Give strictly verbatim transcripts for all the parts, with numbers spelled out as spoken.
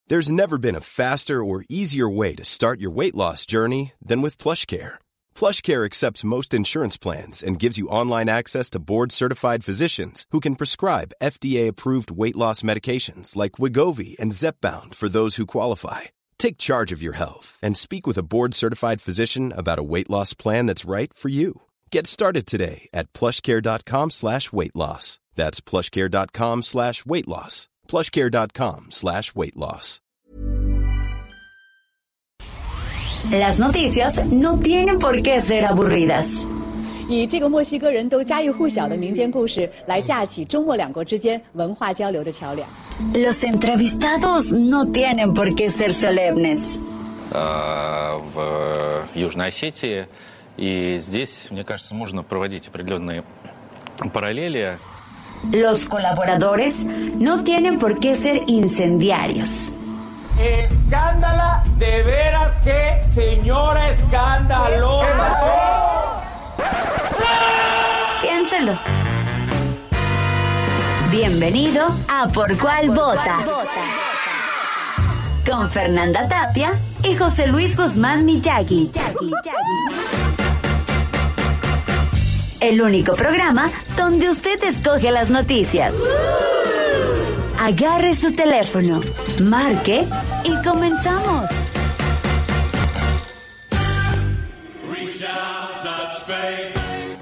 There's never been a faster or easier way to start your weight loss journey than with PlushCare. PlushCare accepts most insurance plans and gives you online access to board-certified physicians who can prescribe F D A-approved weight loss medications like Wegovy and Zepbound for those who qualify. Take charge of your health and speak with a board-certified physician about a weight loss plan that's right for you. Get started today at plushcare.com slash weight loss. That's plushcare.com slash weight loss. plushcare.com slash weight loss. Las noticias no tienen por qué ser aburridas. 以这个墨西哥人都家喻户晓的民间故事来架起中墨两国之间文化交流的桥梁。 Los entrevistados no tienen por qué ser solemnes. В Южной Осетии, и здесь, мне кажется, можно проводить определенные параллели. Los colaboradores no tienen por qué ser incendiarios. Escándala, de veras que señora escándalo. Piénselo. Bienvenido a Por Cuál Vota. Con Fernanda Tapia y José Luis Guzmán Miyagi. El único programa donde usted escoge las noticias. Agarre su teléfono, marque y comenzamos. Reach out, touch faith.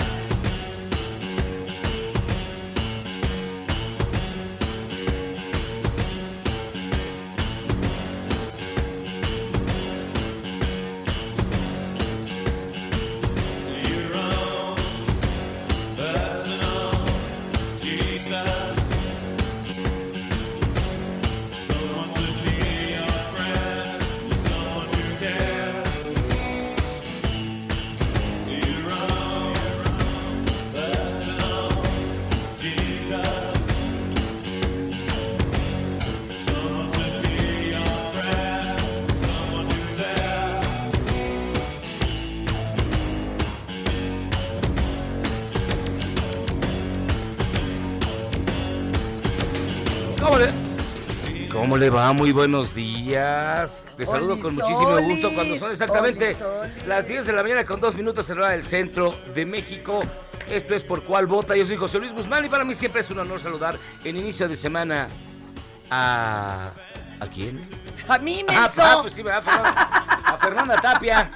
¿Cómo le va? Muy buenos días. Les saludo Olis, con muchísimo olis, gusto cuando son exactamente olis, olis. las diez de la mañana con dos minutos en la hora del centro de México. Esto es Por Cuál Vota. Yo soy José Luis Guzmán y para mí siempre es un honor saludar en inicio de semana a... ¿A quién? A mí me Ah, hizo. ah, pues sí, ¿verdad, Fernanda? A Fernanda Tapia.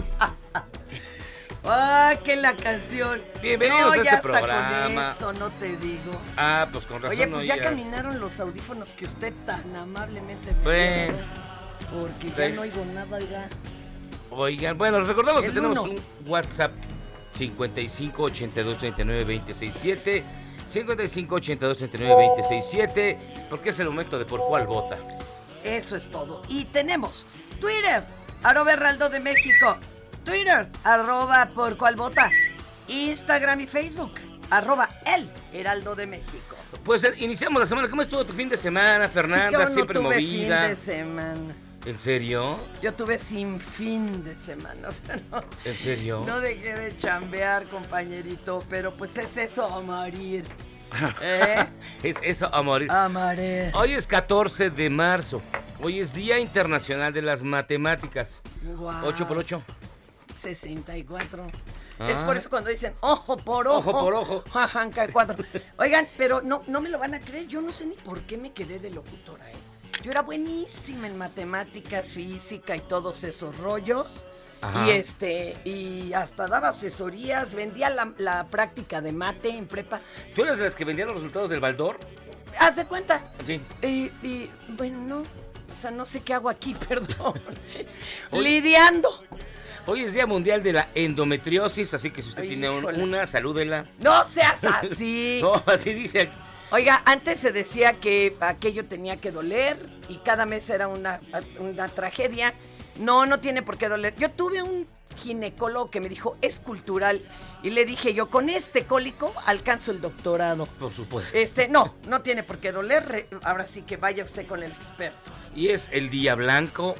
Ah, que la canción. Bienvenidos no, a este ya programa. Está con eso, no te digo. Ah, pues con razón. Oye, pues no ya oías. caminaron los audífonos que usted tan amablemente me Bueno. dio, porque ya Bueno. no oigo nada, oiga. Oigan, bueno, les recordamos El que tenemos uno. un WhatsApp cincuenta y cinco, ochenta y dos, treinta y nueve, veinte, sesenta y siete, cincuenta y cinco, ochenta y dos, treinta y nueve, veinte, sesenta y siete, porque es el momento de Por Cuál Vota. Eso es todo. Y tenemos Twitter, arroba Heraldo de México. Twitter, arroba Por Cuál Vota. Instagram y Facebook, arroba El Heraldo de México. Pues eh, iniciamos la semana. ¿Cómo estuvo tu fin de semana, Fernanda? Yo no Siempre tuve movida. fin de semana. ¿En serio? Yo tuve sin fin de semana, o sea, no, ¿En serio? no dejé de chambear, compañerito, pero pues es eso, a morir. ¿Eh? Es eso, a morir. A morir. Hoy es catorce de marzo. Hoy es Día Internacional de las Matemáticas. Guau. ocho por ocho. sesenta y cuatro. Ah. Es por eso cuando dicen ojo por ojo. Ojo por ojo. Jajanca cuatro. Oigan, pero no, no me lo van a creer. Yo no sé ni por qué me quedé de locutora, ¿eh? Yo era buenísima en matemáticas, física y todos esos rollos. Ajá. Y este, y hasta daba asesorías, vendía la, la práctica de mate en prepa. ¿Tú eres de las que vendían los resultados del Baldor? Haz de cuenta. Sí. Y, y bueno, no. O sea, no sé qué hago aquí, perdón. Oye. Lidiando. Hoy es Día Mundial de la Endometriosis, así que si usted Ay, tiene un- híjole. una, salúdela. No seas así. No, así dice. Oiga, antes se decía que aquello tenía que doler y cada mes era una, una tragedia. No, no tiene por qué doler. Yo tuve un ginecólogo que me dijo, es cultural. Y le dije yo, con este cólico alcanzo el doctorado. Por supuesto. Este, no, no tiene por qué doler. Re- Ahora sí que vaya usted con el experto. Y es el Día Blanco.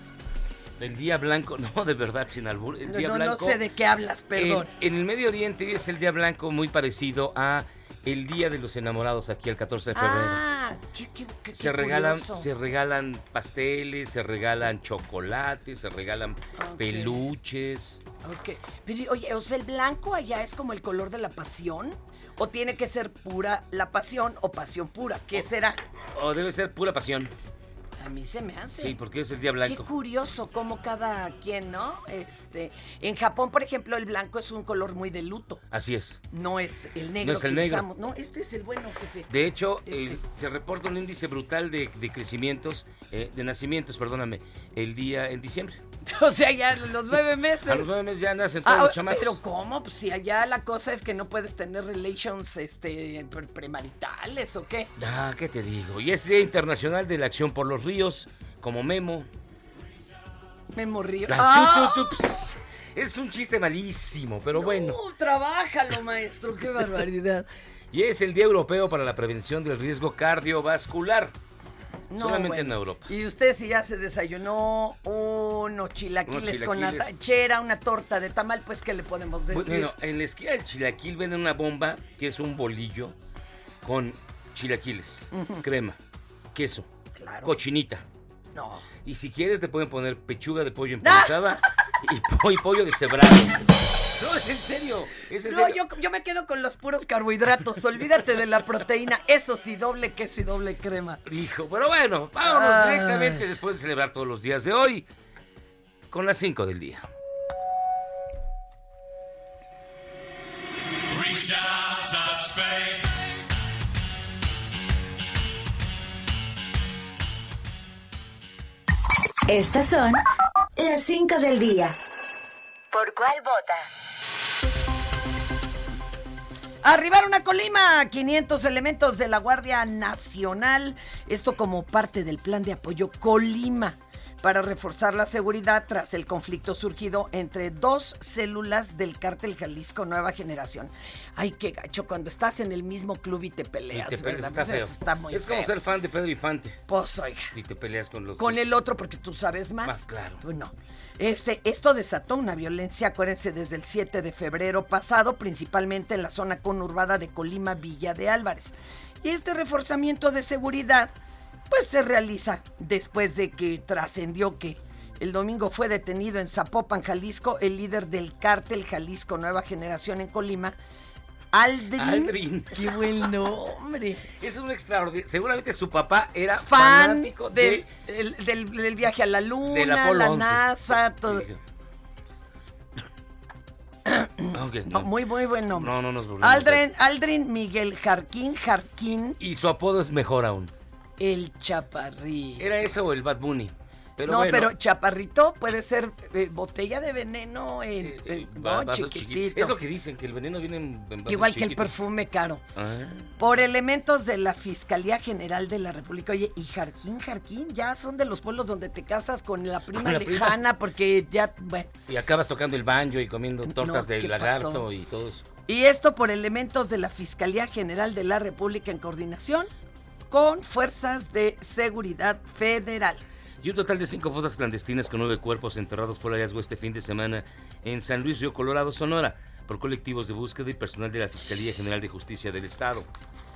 El Día Blanco, no, de verdad, sin albur. El No, Día no, no Blanco. sé de qué hablas, perdón. En, en el Medio Oriente es el Día Blanco muy parecido a el Día de los Enamorados aquí el catorce de febrero. Ah, Ah, qué, qué, qué, se qué regalan, curioso. se regalan pasteles, se regalan chocolates, se regalan Ok. peluches. Ok. Pero, oye, o sea, ¿el blanco allá es como el color de la pasión? ¿O tiene que ser pura la pasión o pasión pura? ¿Qué será? O debe ser pura pasión. A mí se me hace. Sí, porque es el día blanco. Qué curioso cómo cada quien, ¿no? Este, en Japón, por ejemplo, el blanco es un color muy de luto. Así es. No es el negro No es el que negro. usamos. No, este es el bueno, jefe. De hecho, Este. eh, se reporta un índice brutal de, de crecimientos, eh, de nacimientos, perdóname, el día en diciembre. O sea, ya los nueve meses. A los nueve meses ya nacen todos Ah, los chamacos. pero ¿cómo? Pues si allá la cosa es que no puedes tener relations este, pre- premaritales o qué. Ah, ¿qué te digo? Y es Día Internacional de la Acción por los Ríos, como Memo. Memo Río. La ¡Ah! chu, chu, chu, ps. Es un chiste malísimo, pero bueno. No, trabájalo, maestro, qué barbaridad. Y es el Día Europeo para la Prevención del Riesgo Cardiovascular. No, Solamente bueno. en Europa. Y usted si ya se desayunó unos chilaquiles, Unos con chilaquiles. arrachera, una torta de tamal, pues ¿qué le podemos decir? Bueno, en la esquina del chilaquil venden una bomba que es un bolillo con chilaquiles, crema, queso, Claro. cochinita. No. Y si quieres te pueden poner pechuga de pollo empanizada y, po- y pollo deshebrado. No, es en serio. Es en No, serio. yo, yo me quedo con los puros carbohidratos. Olvídate de la proteína. Eso sí, doble queso y doble crema. Hijo, pero bueno, vámonos Ay. directamente después de celebrar todos los días de hoy con las cinco del día. Reach out, touch faith. Estas son las cinco del día. ¿Por cuál vota? Arribaron a Colima quinientos elementos de la Guardia Nacional. Esto como parte del plan de apoyo Colima para reforzar la seguridad tras el conflicto surgido entre dos células del cártel Jalisco Nueva Generación. Ay, qué gacho cuando estás en el mismo club y te peleas, Y te peleas, ¿verdad? está Pues feo. eso está muy es como feo. ser fan de Pedro Infante Pues, oiga, y te peleas con los... con el otro porque tú sabes más. Más claro. Pues no. Este, esto desató una violencia, acuérdense, desde el siete de febrero pasado, principalmente en la zona conurbada de Colima, Villa de Álvarez. Y este reforzamiento de seguridad, pues se realiza después de que trascendió que el domingo fue detenido en Zapopan, Jalisco, el líder del cártel Jalisco Nueva Generación en Colima, Aldrin. Aldrin. Qué buen nombre. Es un extraordinario. Seguramente su papá era Fan fanático del, de... el- del, del viaje a la luna, Del Apolo la once. NASA, todo. Dije. Ok, No, no. muy, muy buen nombre. No, no nos volvemos. Aldrin, Aldrin Miguel Jarquín, Jarquín, Y su apodo es mejor aún. el Chaparrito. ¿Era eso o el Bad Bunny? Pero no, bueno, pero Chaparrito puede ser eh, botella de veneno en, eh, en- eh, no, va- vaso chiquitito. chiquito. Es lo que dicen, que el veneno viene en, en vasos Igual que el chiquitos. perfume caro. Ah. Por elementos de la Fiscalía General de la República. Oye, y Jarquín, Jarquín, ya son de los pueblos donde te casas con la prima Con la prima. lejana, porque ya, bueno. Y acabas tocando el banjo y comiendo tortas No, de ¿qué lagarto pasó? y todo eso. Y esto por elementos de la Fiscalía General de la República en coordinación con fuerzas de seguridad federales. Y un total de cinco fosas clandestinas con nueve cuerpos enterrados fue el hallazgo este fin de semana en San Luis Río Colorado, Sonora, por colectivos de búsqueda y personal de la Fiscalía General de Justicia del Estado.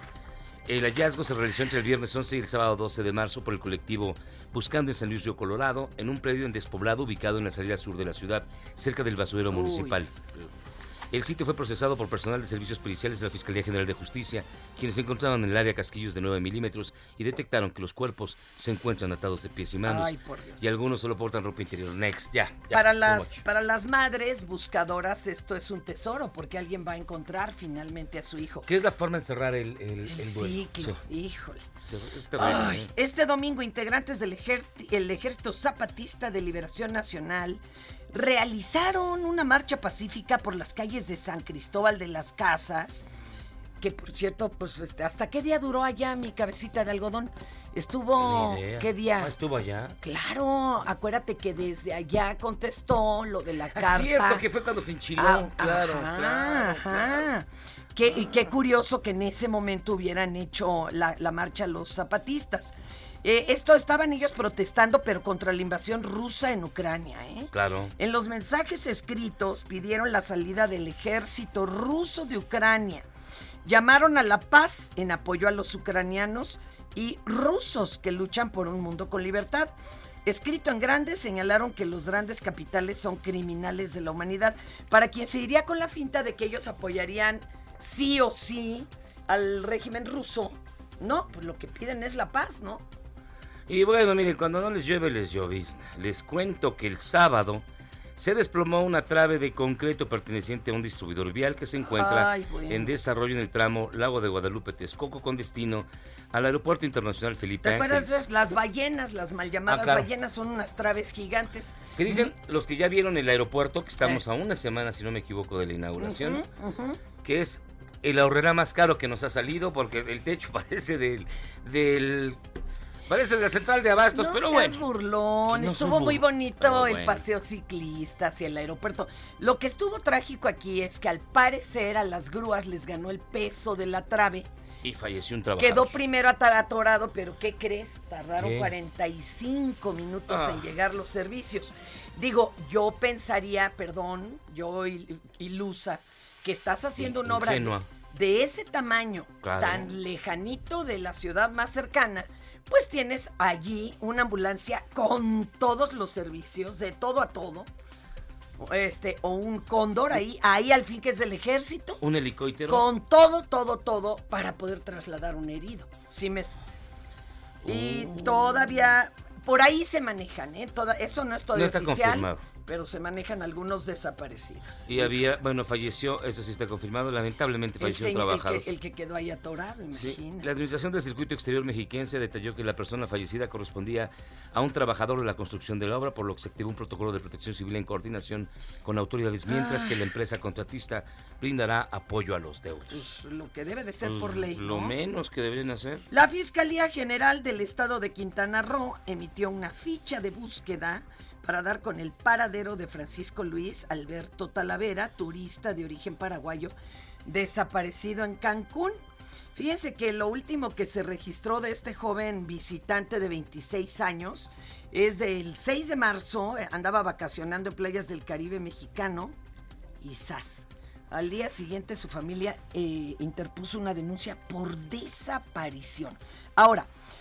El hallazgo se realizó entre el viernes once y el sábado doce de marzo por el colectivo Buscando en San Luis Río Colorado, en un predio en despoblado ubicado en la salida sur de la ciudad, cerca del basurero Uy. municipal. El sitio fue procesado por personal de servicios policiales de la Fiscalía General de Justicia, quienes se encontraban en el área Casquillos de nueve milímetros y detectaron que los cuerpos se encuentran atados de pies y manos. Ay, por Dios. Y algunos solo portan ropa interior. Next, ya. ya Para too las, much. para las madres buscadoras esto es un tesoro porque alguien va a encontrar finalmente a su hijo. ¿Qué es la forma de cerrar el, el, El el duelo? ciclo, Sí. híjole. Es terrible, Ay, ¿eh? este domingo, integrantes del ejer- el Ejército Zapatista de Liberación Nacional realizaron una marcha pacífica por las calles de San Cristóbal de las Casas, que por cierto, pues este, ¿hasta qué día duró allá mi cabecita de algodón? Estuvo, Ni idea. ¿qué día? Ah, estuvo allá. Claro, acuérdate que desde allá contestó lo de la Ah, carta. cierto, que fue cuando se enchiló. Ah, claro, ajá, claro, ajá. claro. Qué, y qué curioso que en ese momento hubieran hecho la, la marcha los zapatistas. Eh, esto estaban ellos protestando, pero contra la invasión rusa en Ucrania, ¿eh? Claro. En los mensajes escritos pidieron la salida del ejército ruso de Ucrania. Llamaron a la paz en apoyo a los ucranianos y rusos que luchan por un mundo con libertad. Escrito en grande, señalaron que los grandes capitales son criminales de la humanidad, para quien se iría con la finta de que ellos apoyarían sí o sí al régimen ruso. No, pues lo que piden es la paz, ¿no? Y bueno, miren, cuando no les llueve, les llovizna. Les cuento que el sábado se desplomó una trave de concreto perteneciente a un distribuidor vial que se encuentra Ay, bueno. en desarrollo en el tramo Lago de Guadalupe-Texcoco con destino al Aeropuerto Internacional Felipe ¿Te acuerdas Ángeles. de las ballenas? Las mal llamadas Ah, claro. ballenas son unas traves gigantes. Que dicen los que ya vieron el aeropuerto, que estamos Eh. a una semana, si no me equivoco, de la inauguración, Ujú, ujú. que es el ahorrera más caro que nos ha salido, porque el techo parece del... del parece de la central de abastos, No pero seas bueno. burlón, Que no estuvo son muy bur- bonito pero el bueno. paseo ciclista hacia el aeropuerto. Lo que estuvo trágico aquí es que al parecer a las grúas les ganó el peso de la trave. Y falleció un trabajador. Quedó primero atar- atorado, pero ¿qué crees? Tardaron ¿Qué? cuarenta y cinco minutos Ah. en llegar los servicios. Digo, yo pensaría, perdón, yo il- ilusa, que estás haciendo In- una obra de, ingenua. de ese tamaño, Claro. tan lejanito de la ciudad más cercana, pues tienes allí una ambulancia con todos los servicios, de todo a todo, este, o un cóndor ahí, ahí al fin que es del ejército, Un helicóptero. con todo, todo, todo, para poder trasladar un herido. Sí me... Y Uh. todavía, por ahí se manejan, ¿eh? Toda, eso no es No todavía está oficial, confirmado. pero se manejan algunos desaparecidos. Y había, bueno, falleció, eso sí está confirmado, lamentablemente El, falleció un señor- el trabajador. que, el que quedó ahí atorado, Sí, imagina. la Administración del Circuito Exterior Mexiquense detalló que la persona fallecida correspondía a un trabajador de la construcción de la obra, por lo que se activó un protocolo de protección civil en coordinación con autoridades, mientras que la empresa contratista brindará apoyo a los deudos. Pues, lo que debe de ser Pues, por ley, Lo ¿no? menos que deberían hacer. La Fiscalía General del Estado de Quintana Roo emitió una ficha de búsqueda para dar con el paradero de Francisco Luis Alberto Talavera, turista de origen paraguayo, desaparecido en Cancún. Fíjense que lo último que se registró de este joven visitante de veintiséis años es del seis de marzo, eh, andaba vacacionando en playas del Caribe mexicano y ¡zas! Al día siguiente su familia eh, interpuso una denuncia por desaparición. Ahora,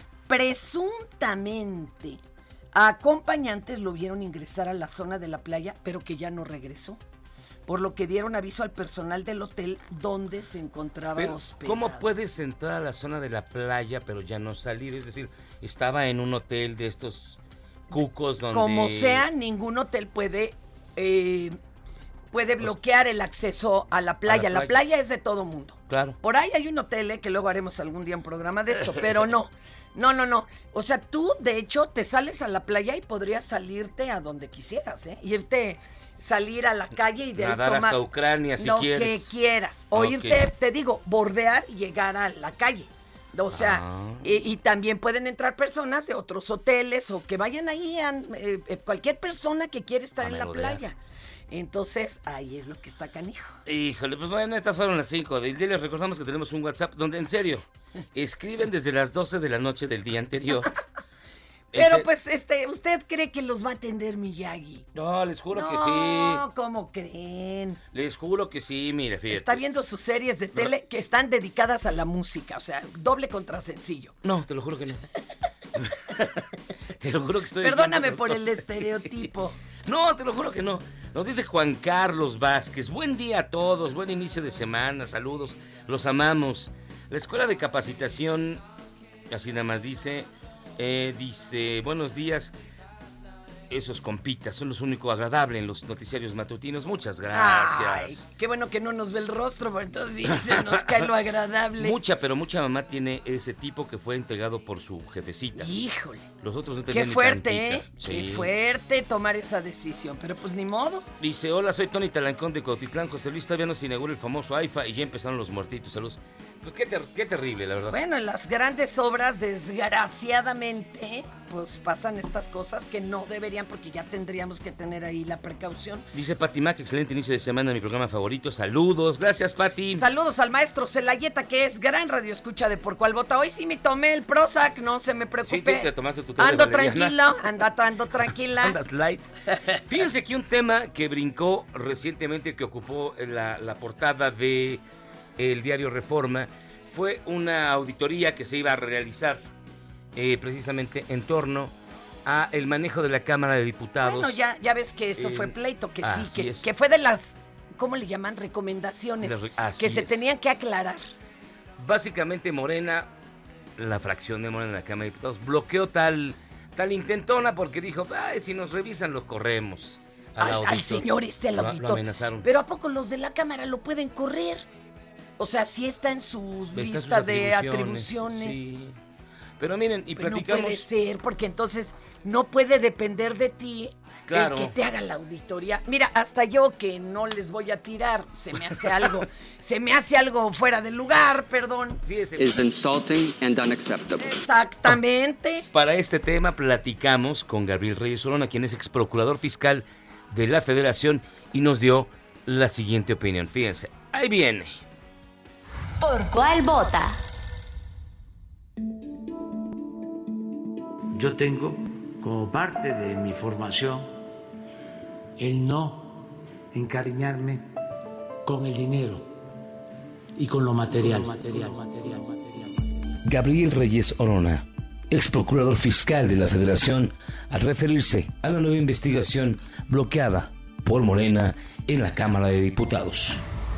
presuntamente, acompañantes lo vieron ingresar a la zona de la playa, pero que ya no regresó. Por lo que dieron aviso al personal del hotel donde se encontraba Pero, hospedado. ¿cómo puedes entrar a la zona de la playa pero ya no salir? Es decir, estaba en un hotel de estos cucos donde... Como sea, ningún hotel puede... eh, puede bloquear el acceso a la playa. La playa. playa es de todo mundo. Claro. Por ahí hay un hotel, eh, que luego haremos algún día un programa de esto, pero no. No, no, no. O sea, tú, de hecho, te sales a la playa y podrías salirte a donde quisieras, ¿eh? Irte, salir a la calle y de ahí Nadar tomar hasta Ucrania, si lo quieres. que quieras. O Ok. irte, te digo, bordear y llegar a la calle. O sea, Ah. y, y también pueden entrar personas de otros hoteles o que vayan ahí, a, eh, eh, cualquier persona que quiera estar A en la merodear. playa. Entonces, ahí es lo que está canijo. Híjole, pues bueno, estas fueron las cinco del día. Les recordamos que tenemos un WhatsApp donde, en serio, escriben desde las doce de la noche del día anterior. Pero Ese- pues, este, ¿usted cree que los va a atender Miyagi? No, les juro no, que sí. ¿cómo creen? Les juro que sí, mire, fíjate. Está viendo sus series de tele que están dedicadas a la música, o sea, doble contra sencillo. No, te lo juro que no. Te lo juro que estoy... Perdóname viendo por otras el cosas. estereotipo. No, te lo juro que no. Nos dice Juan Carlos Vázquez. Buen día a todos, buen inicio de semana, saludos, los amamos. La Escuela de Capacitación, así nada más dice, eh, dice, buenos días. Esos compitas son los únicos agradables en los noticiarios matutinos. Muchas gracias. Ay, qué bueno que no nos ve el rostro, porque entonces sí, se nos cae lo agradable. Mucha, pero mucha mamá tiene ese tipo que fue entregado por su jefecita. Híjole. Los otros no Qué tenían ni fuerte, ¿eh? tantita. Qué Sí. fuerte tomar esa decisión, pero pues ni modo. Dice, hola, soy Tony Talancón de Cuautitlán. José Luis, todavía no se inaugura el famoso AIFA y ya empezaron los muertitos. Saludos. Pues qué, ter- qué terrible, la verdad. Bueno, en las grandes obras, desgraciadamente, pues pasan estas cosas que no deberían, porque ya tendríamos que tener ahí la precaución. Dice Pati Mac, excelente inicio de semana, mi programa favorito. Saludos. Gracias, Pati. Saludos al maestro Celayeta, que es gran radioescucha de Por Cuál Vota. Hoy sí me tomé el Prozac, no se me preocupe. Sí, tú te tomaste tu té de Ando valeriana. tranquilo, ando, ando tranquila. Andas light. Fíjense que un tema que brincó recientemente, que ocupó la, la portada de el diario Reforma, fue una auditoría que se iba a realizar eh, precisamente en torno a el manejo de la Cámara de Diputados. Bueno, ya, ya ves que eso Eh, fue pleito, que así sí, que, es. que fue de las, ¿cómo le llaman? Recomendaciones Las re- así que se es. tenían que aclarar. Básicamente Morena, la fracción de Morena en la Cámara de Diputados, bloqueó tal, tal intentona porque dijo, ay, si nos revisan los corremos. Al, al auditor. señor este, al Lo- lo auditor. amenazaron. Pero ¿a poco los de la Cámara lo pueden correr? O sea, sí está en su Está en sus lista de atribuciones. Sí. Pero miren, y Pues no platicamos... puede ser, porque entonces no puede depender de ti Claro. el que te haga la auditoría. Mira, hasta yo que no les voy a tirar, se me hace algo, se me hace algo fuera del lugar, perdón. Fíjese, is insulting and unacceptable. Exactamente. para este tema platicamos con Gabriel Reyes Orona, quien es ex procurador fiscal de la Federación, y nos dio la siguiente opinión. Fíjense, ahí viene. ¿Por cuál vota? Yo tengo como parte de mi formación el no encariñarme con el dinero y con lo material. Gabriel Reyes Orona, ex procurador fiscal de la Federación, al referirse a la nueva investigación bloqueada por Morena en la Cámara de Diputados.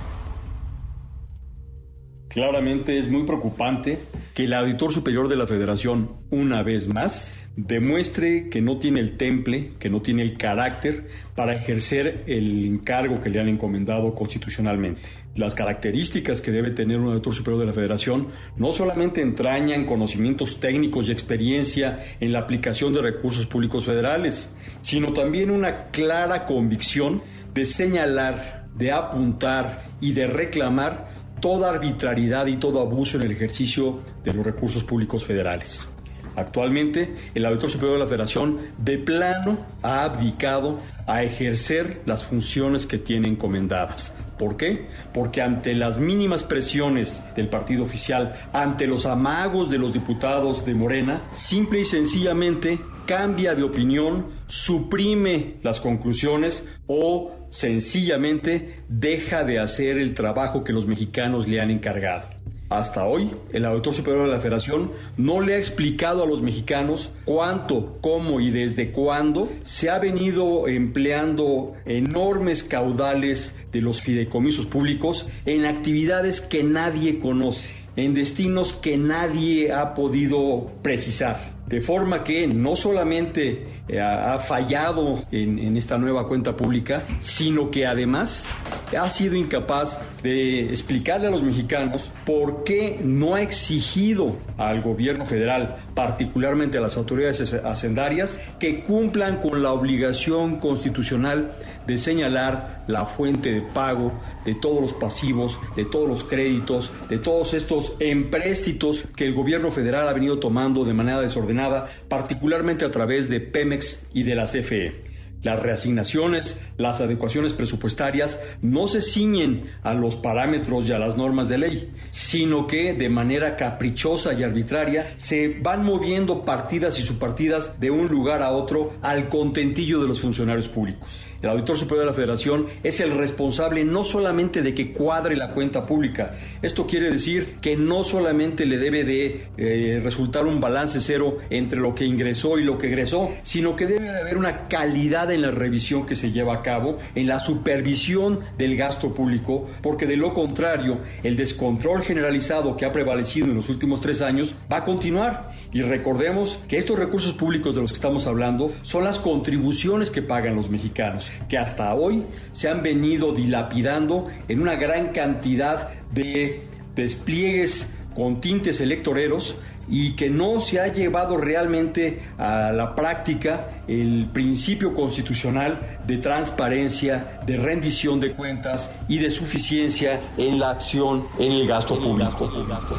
Claramente es muy preocupante que el Auditor Superior de la Federación, una vez más, demuestre que no tiene el temple, que no tiene el carácter para ejercer el encargo que le han encomendado constitucionalmente. Las características que debe tener un Auditor Superior de la Federación no solamente entrañan conocimientos técnicos y experiencia en la aplicación de recursos públicos federales, sino también una clara convicción de señalar, de apuntar y de reclamar toda arbitrariedad y todo abuso en el ejercicio de los recursos públicos federales. Actualmente, el Auditor Superior de la Federación de plano ha abdicado a ejercer las funciones que tiene encomendadas. ¿Por qué? Porque ante las mínimas presiones del partido oficial, ante los amagos de los diputados de Morena, simple y sencillamente cambia de opinión, suprime las conclusiones o sencillamente deja de hacer el trabajo que los mexicanos le han encargado. Hasta hoy, el Auditor Superior de la Federación no le ha explicado a los mexicanos cuánto, cómo y desde cuándo se ha venido empleando enormes caudales de los fideicomisos públicos en actividades que nadie conoce, en destinos que nadie ha podido precisar. De forma que no solamente eh, ha fallado en, en esta nueva cuenta pública, sino que además ha sido incapaz de explicarle a los mexicanos por qué no ha exigido al gobierno federal, particularmente a las autoridades hacendarias, que cumplan con la obligación constitucional de señalar la fuente de pago de todos los pasivos, de todos los créditos, de todos estos empréstitos que el gobierno federal ha venido tomando de manera desordenada, particularmente a través de Pemex y de la C F E. Las reasignaciones, las adecuaciones presupuestarias no se ciñen a los parámetros y a las normas de ley, sino que de manera caprichosa y arbitraria se van moviendo partidas y subpartidas de un lugar a otro al contentillo de los funcionarios públicos. El Auditor Superior de la Federación es el responsable no solamente de que cuadre la cuenta pública. Esto quiere decir que no solamente le debe de eh, resultar un balance cero entre lo que ingresó y lo que egresó, sino que debe de haber una calidad en la revisión que se lleva a cabo, en la supervisión del gasto público, porque de lo contrario, el descontrol generalizado que ha prevalecido en los últimos tres años va a continuar. Y recordemos que estos recursos públicos de los que estamos hablando son las contribuciones que pagan los mexicanos, que hasta hoy se han venido dilapidando en una gran cantidad de despliegues con tintes electoreros y que no se ha llevado realmente a la práctica el principio constitucional de transparencia, de rendición de cuentas y de suficiencia en la acción en el gasto público.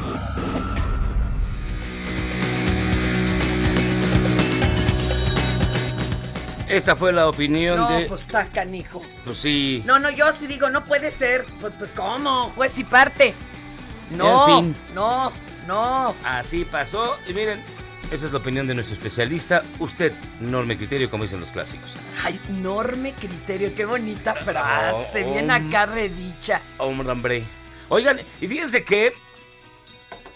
Esa fue la opinión no, de... pues está canijo. Pues sí. No, no, yo sí digo, no puede ser. Pues, pues ¿cómo? Juez y parte. No, En fin. no, no. Así pasó. Y miren, esa es la opinión de nuestro especialista. Usted, norme criterio, como dicen los clásicos. Ay, enorme criterio, qué bonita frase, Oh, bien oh, acá redicha. Hombre, hombre. Oigan, y fíjense que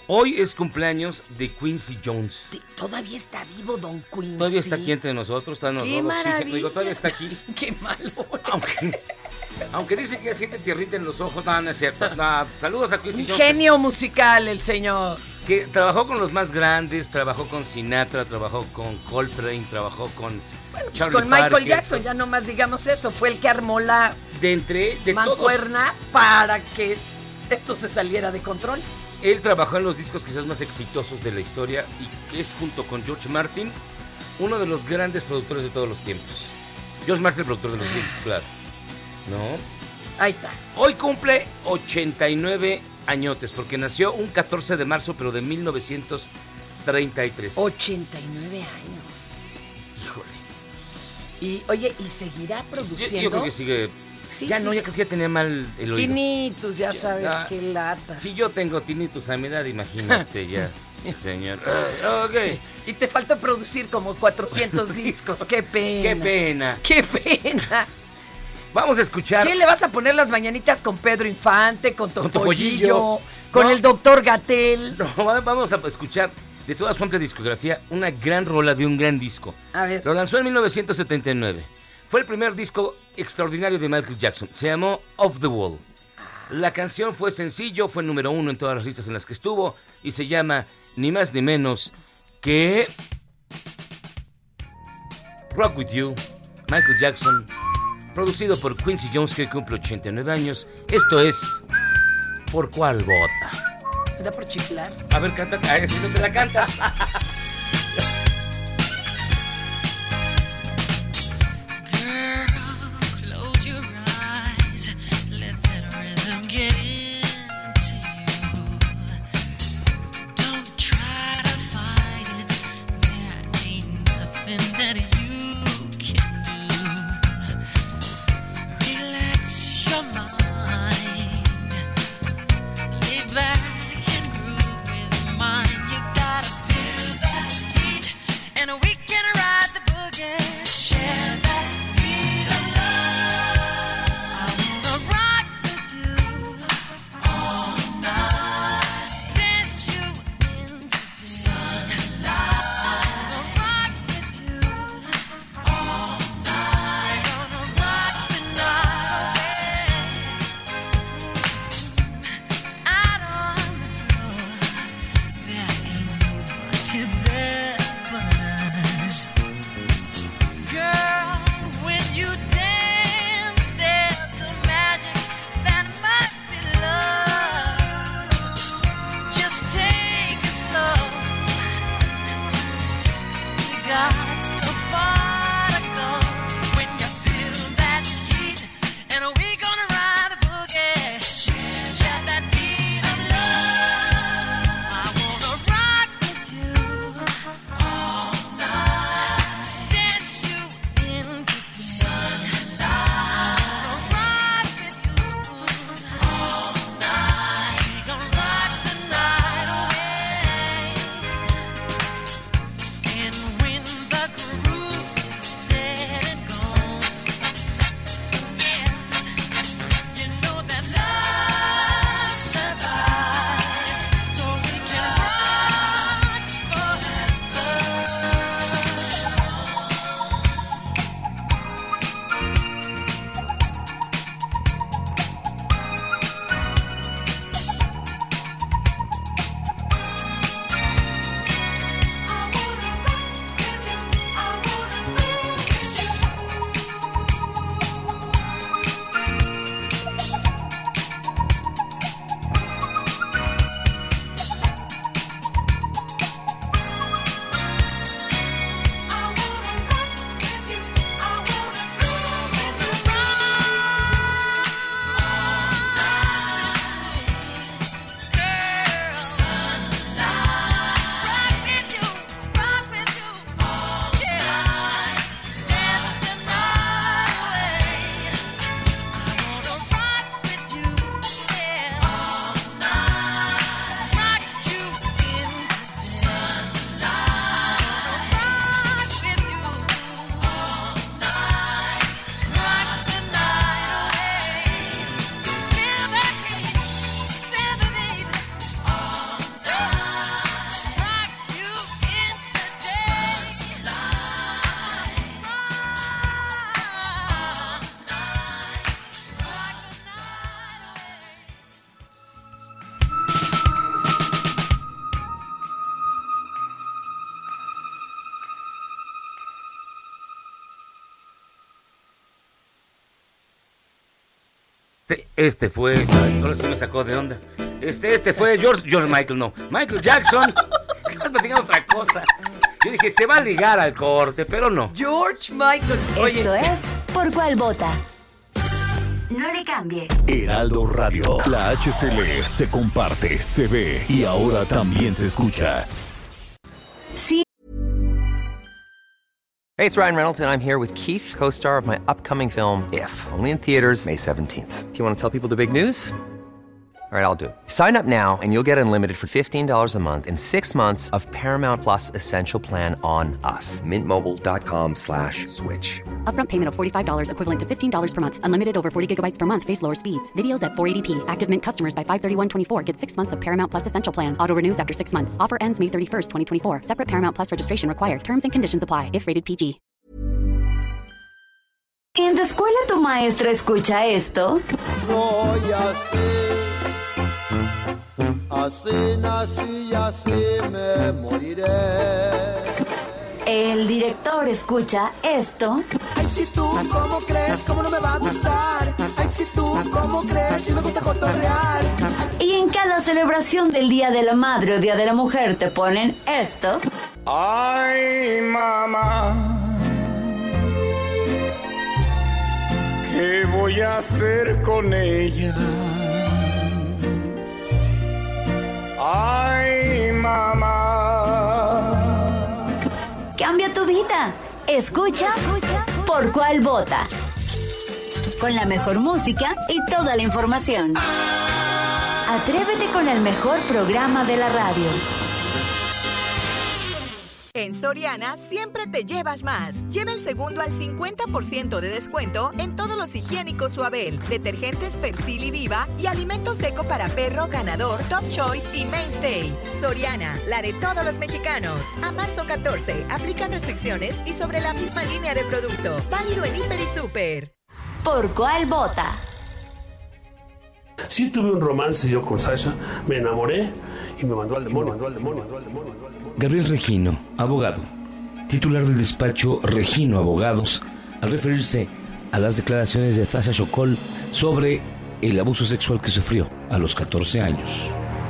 Hoy es cumpleaños de Quincy Jones. Todavía está vivo Don Quincy. Todavía está aquí entre nosotros, está en ¡Qué maravilla! Digo, todavía está aquí. ¡Qué malo! Aunque, aunque dice que ya siente tierrita en los ojos, no, no es cierto. No, saludos a Quincy Un Jones. genio musical el señor. Que trabajó con los más grandes, trabajó con Sinatra, trabajó con Coltrane, trabajó con Bueno, pues Charlie con Michael Parker. Jackson, ya nomás digamos eso. Fue el que armó la De entre de mancuerna todos. para que esto se saliera de control. Él trabajó en los discos quizás más exitosos de la historia y que es, junto con George Martin, uno de los grandes productores de todos los tiempos. George Martin, el productor de los Beatles, claro. ¿No? Ahí está. Hoy cumple ochenta y nueve añotes, porque nació un catorce de marzo, pero de mil novecientos treinta y tres. ochenta y nueve años. Híjole. Y, oye, ¿y seguirá produciendo? Yo, yo creo que sigue... Sí, ya sí. no, ya creo que ya tenía mal el oído. Tinnitus, ya sabes, ya, qué lata. Si yo tengo tinnitus a mi edad, imagínate ya, señor. Uh, ok. Y te falta producir como cuatrocientos discos, qué pena. Qué pena. Qué pena. Vamos a escuchar. ¿Quién le vas a poner las mañanitas con Pedro Infante, con Con Topollillo, Topollillo? con No. el doctor Gatell? No, vamos a escuchar de toda su amplia discografía una gran rola de un gran disco. A ver. Lo lanzó en mil novecientos setenta y nueve. Fue el primer disco extraordinario de Michael Jackson. Se llamó Off the Wall. La canción fue sencillo, fue número uno en todas las listas en las que estuvo y se llama ni más ni menos que Rock With You, Michael Jackson, producido por Quincy Jones, que cumple ochenta y nueve años. Esto es ¿Por cuál vota? ¿Me da por chiflar? A ver, canta, a ver si no te la cantas. Back and groove with mine. You gotta feel that. Este, este fue, ahora sí me sacó de onda. Este, este fue George, George Michael, no, Michael Jackson. Estás platicando otra cosa. Yo dije, se va a ligar al corte, pero no. George Michael. Oye. Esto es ¿Por cuál vota? No le cambie. Heraldo Radio. La H C L se comparte, se ve y ahora también se escucha. Sí. Hey, it's Ryan Reynolds, and I'm here with Keith, co-star of my upcoming film, If, only in theaters May seventeenth. Do you want to tell people the big news? All right, I'll do it. Sign up now and you'll get unlimited for fifteen dollars a month and six months of Paramount Plus Essential Plan on us. Mint Mobile dot com slash switch. Upfront payment of forty-five dollars equivalent to fifteen dollars per month. Unlimited over forty gigabytes per month. Face lower speeds. Videos at four eighty p. Active Mint customers by five thirty-one twenty-four get six months of Paramount Plus Essential Plan. Auto renews after six months. Offer ends May thirty-first, twenty twenty-four. Separate Paramount Plus registration required. Terms and conditions apply if rated P G. ¿En tu escuela tu maestra escucha esto? Soy así. Así nací y así me moriré. El director escucha esto. Ay, si tú, ¿cómo crees? ¿Cómo no me va a gustar? Ay, si tú, ¿cómo crees? Si me gusta cotorrear. Y en cada celebración del Día de la Madre o Día de la Mujer te ponen esto. Ay, mamá, ¿qué voy a hacer con ella? Ay, mamá. Cambia tu vida. Escucha, Escucha ¿Por cuál vota? Con la mejor música y toda la información. Atrévete con el mejor programa de la radio. En Soriana siempre te llevas más. Lleva el segundo al cincuenta por ciento de descuento en todos los higiénicos Suabel, detergentes Persil y Viva y alimento seco para perro, Ganador, Top Choice y Mainstay. Soriana, la de todos los mexicanos. A marzo catorce, aplican restricciones y sobre la misma línea de producto. Válido en Hiper y Super. ¿Por cuál vota? Sí tuve un romance yo con Sasha, me enamoré y me mandó al demonio, mandó al demonio, mandó al demonio. Gabriel Regino, abogado, titular del despacho Regino Abogados, al referirse a las declaraciones de Sasha Sokol sobre el abuso sexual que sufrió a los catorce años.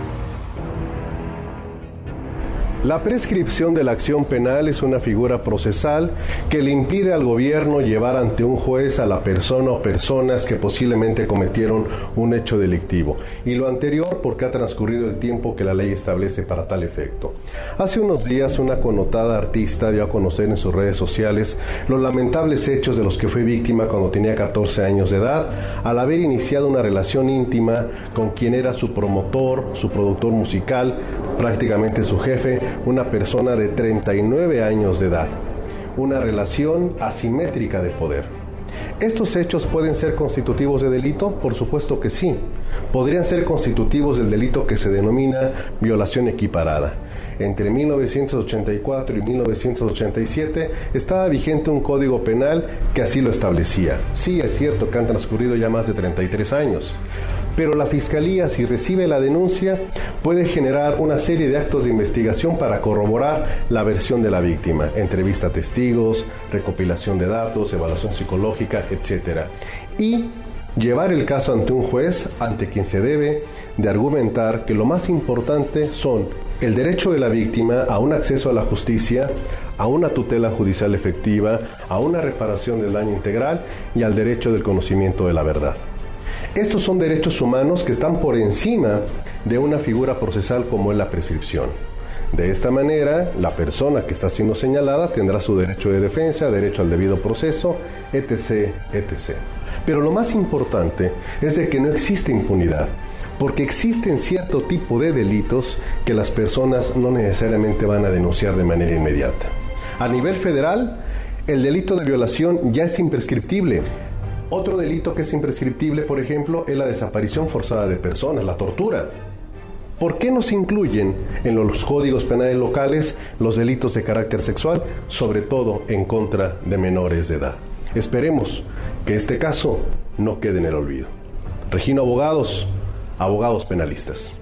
La prescripción de la acción penal es una figura procesal que le impide al gobierno llevar ante un juez a la persona o personas que posiblemente cometieron un hecho delictivo. Y lo anterior porque ha transcurrido el tiempo que la ley establece para tal efecto. Hace unos días una connotada artista dio a conocer en sus redes sociales los lamentables hechos de los que fue víctima cuando tenía catorce años de edad, al haber iniciado una relación íntima con quien era su promotor, su productor musical, prácticamente su jefe, una persona de treinta y nueve años de edad. Una relación asimétrica de poder. ¿Estos hechos pueden ser constitutivos de delito? Por supuesto que sí. Podrían ser constitutivos del delito que se denomina violación equiparada. Entre mil novecientos ochenta y cuatro y mil novecientos ochenta y siete estaba vigente un código penal que así lo establecía. Sí, es cierto que han transcurrido ya más de treinta y tres años. Pero la Fiscalía, si recibe la denuncia, puede generar una serie de actos de investigación para corroborar la versión de la víctima, entrevista a testigos, recopilación de datos, evaluación psicológica, etcétera. Y llevar el caso ante un juez, ante quien se debe de argumentar que lo más importante son el derecho de la víctima a un acceso a la justicia, a una tutela judicial efectiva, a una reparación del daño integral y al derecho del conocimiento de la verdad. Estos son derechos humanos que están por encima de una figura procesal como es la prescripción. De esta manera, la persona que está siendo señalada tendrá su derecho de defensa, derecho al debido proceso, etcétera, etcétera. Pero lo más importante es de que no existe impunidad, porque existen cierto tipo de delitos que las personas no necesariamente van a denunciar de manera inmediata. A nivel federal, el delito de violación ya es imprescriptible. Otro delito que es imprescriptible, por ejemplo, es la desaparición forzada de personas, la tortura. ¿Por qué no se incluyen en los códigos penales locales los delitos de carácter sexual, sobre todo en contra de menores de edad? Esperemos que este caso no quede en el olvido. Regino Abogados, abogados penalistas.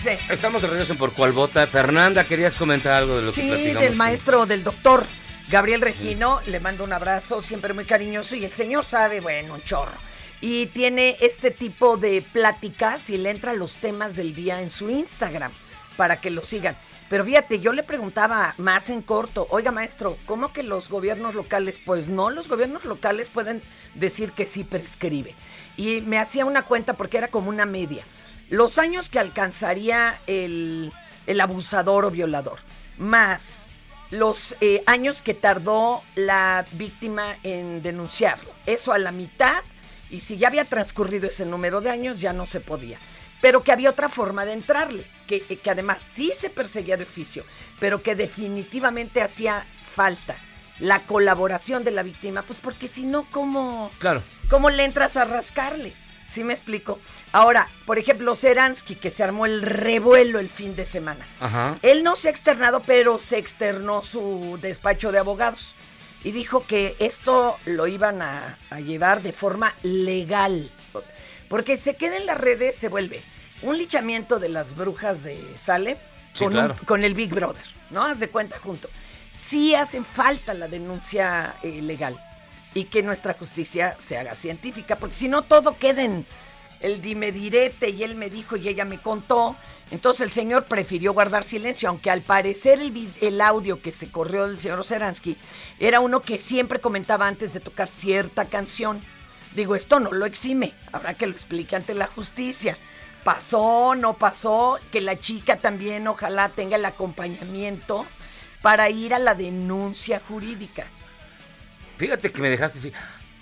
dice? Estamos de regreso en Por Cuál Vota. Fernanda, ¿querías comentar algo de lo que Sí, platicamos? del maestro, del doctor Gabriel Regino. Le mando un abrazo, siempre muy cariñoso. Y el señor sabe, bueno, un chorro. Y tiene este tipo de pláticas y le entra los temas del día en su Instagram para que lo sigan. Pero fíjate, yo le preguntaba más en corto, oiga maestro, ¿cómo que los gobiernos locales? Pues no, los gobiernos locales pueden decir que sí prescribe. Y me hacía una cuenta porque era como una media. Los años que alcanzaría el, el abusador o violador, más los eh, años que tardó la víctima en denunciarlo. Eso a la mitad, y si ya había transcurrido ese número de años, ya no se podía. Pero que había otra forma de entrarle, que, que además sí se perseguía de oficio, pero que definitivamente hacía falta la colaboración de la víctima, pues porque si no, ¿cómo, claro. ¿cómo le entras a rascarle? ¿Sí me explico? Ahora, por ejemplo, Seransky, que se armó el revuelo el fin de semana. Ajá. Él no se ha externado, pero se externó su despacho de abogados y dijo que esto lo iban a, a llevar de forma legal. Porque se queda en las redes, se vuelve un linchamiento de las brujas de Salem Sí, con, claro. un- con el Big Brother, ¿no? Haz de cuenta junto. Sí hacen falta la denuncia eh, legal y que nuestra justicia se haga científica, porque si no todo queda en el dime direte y él me dijo y ella me contó. Entonces el señor prefirió guardar silencio, aunque al parecer el, vid- el audio que se corrió del señor Seransky era uno que siempre comentaba antes de tocar cierta canción. Digo, esto no lo exime, habrá que lo explique ante la justicia. Pasó, no pasó, que la chica también ojalá tenga el acompañamiento para ir a la denuncia jurídica. Fíjate que me dejaste así.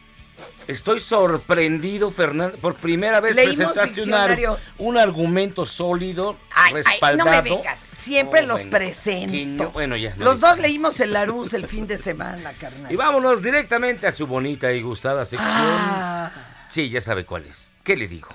Estoy sorprendido, Fernando. Por primera vez Leímos presentaste un, ar- diccionario. un argumento sólido, Ay, ay, respaldado. no me vengas, siempre Oh, los bueno, presento. que no- bueno, ya. no Los digas. dos leímos el Larús el fin de semana, carnal. Y vámonos directamente a su bonita y gustada sección. Ah. Sí, ya sabe cuál es. ¿Qué le digo?